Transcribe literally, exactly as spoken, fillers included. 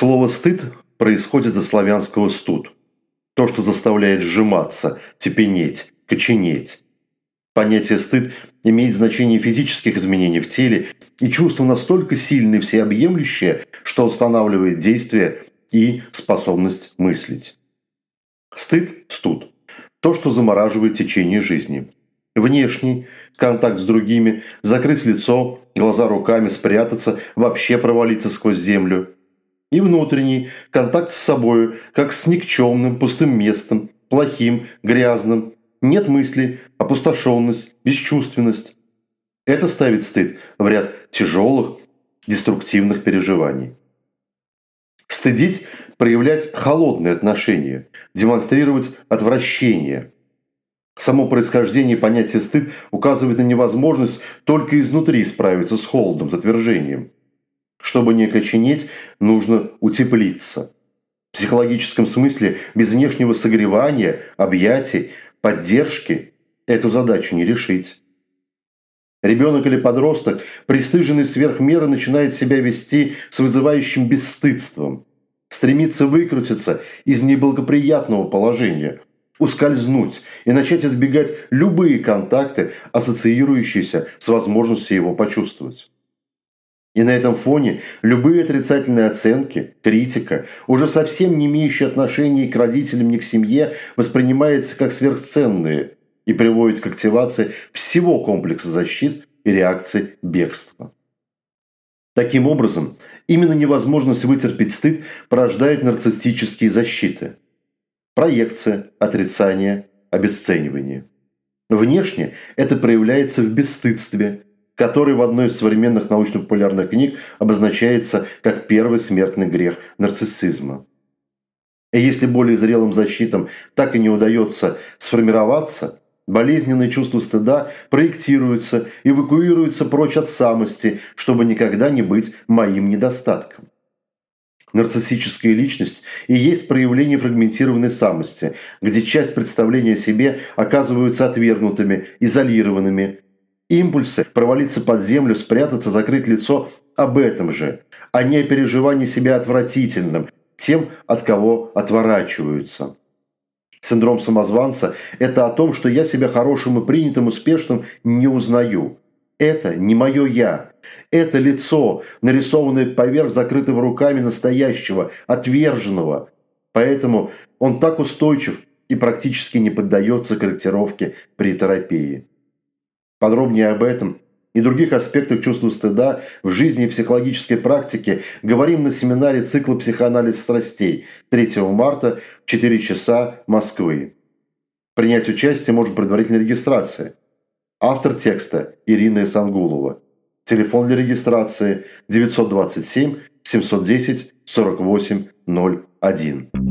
Слово «стыд» происходит от славянского «студ». То, что заставляет сжиматься, цепенеть, коченеть. Понятие «стыд» имеет значение физических изменений в теле и чувство настолько сильное и всеобъемлющее, что устанавливает действие и способность мыслить. Стыд – студ. То, что замораживает течение жизни. Внешний – контакт с другими, закрыть лицо, глаза руками, спрятаться, вообще провалиться сквозь землю. И внутренний – контакт с собой, как с никчемным, пустым местом, плохим, грязным. Нет мысли, опустошенность, бесчувственность. Это ставит стыд в ряд тяжелых, деструктивных переживаний. Стыдить – проявлять холодные отношения, демонстрировать отвращение. Само происхождение понятия «стыд» указывает на невозможность только изнутри справиться с холодом, с отвержением. Чтобы не окоченеть, нужно утеплиться. В психологическом смысле без внешнего согревания, объятий, поддержки эту задачу не решить. Ребенок или подросток, пристыженный сверх меры, начинает себя вести с вызывающим бесстыдством, стремится выкрутиться из неблагоприятного положения, ускользнуть и начать избегать любые контакты, ассоциирующиеся с возможностью его почувствовать. И на этом фоне любые отрицательные оценки, критика, уже совсем не имеющие отношения к родителям, ни к семье, воспринимаются как сверхценные и приводят к активации всего комплекса защит и реакций бегства. Таким образом, именно невозможность вытерпеть стыд порождает нарциссические защиты. Проекция, отрицание, обесценивание. Внешне это проявляется в бесстыдстве, который в одной из современных научно-популярных книг обозначается как первый смертный грех нарциссизма. И если более зрелым защитам так и не удается сформироваться, болезненные чувства стыда проектируются, эвакуируются прочь от самости, чтобы никогда не быть моим недостатком. Нарциссическая личность и есть проявление фрагментированной самости, где часть представления о себе оказываются отвергнутыми, изолированными. Импульсы провалиться под землю, спрятаться, закрыть лицо – об этом же, а не о переживании себя отвратительным, тем, от кого отворачиваются. Синдром самозванца – это о том, что я себя хорошим и принятым, успешным не узнаю. Это не мое «я». Это лицо, нарисованное поверх закрытого руками настоящего, отверженного. Поэтому он так устойчив и практически не поддается корректировке при терапии. Подробнее об этом и других аспектах чувства стыда в жизни и психологической практике говорим на семинаре цикла «Психоанализ страстей» третьего марта в четыре часа Москвы. Принять участие может предварительная регистрация. Автор текста Ирина Исангулова. Телефон для регистрации девятьсот двадцать семь семьсот десять сорок восемь ноль один.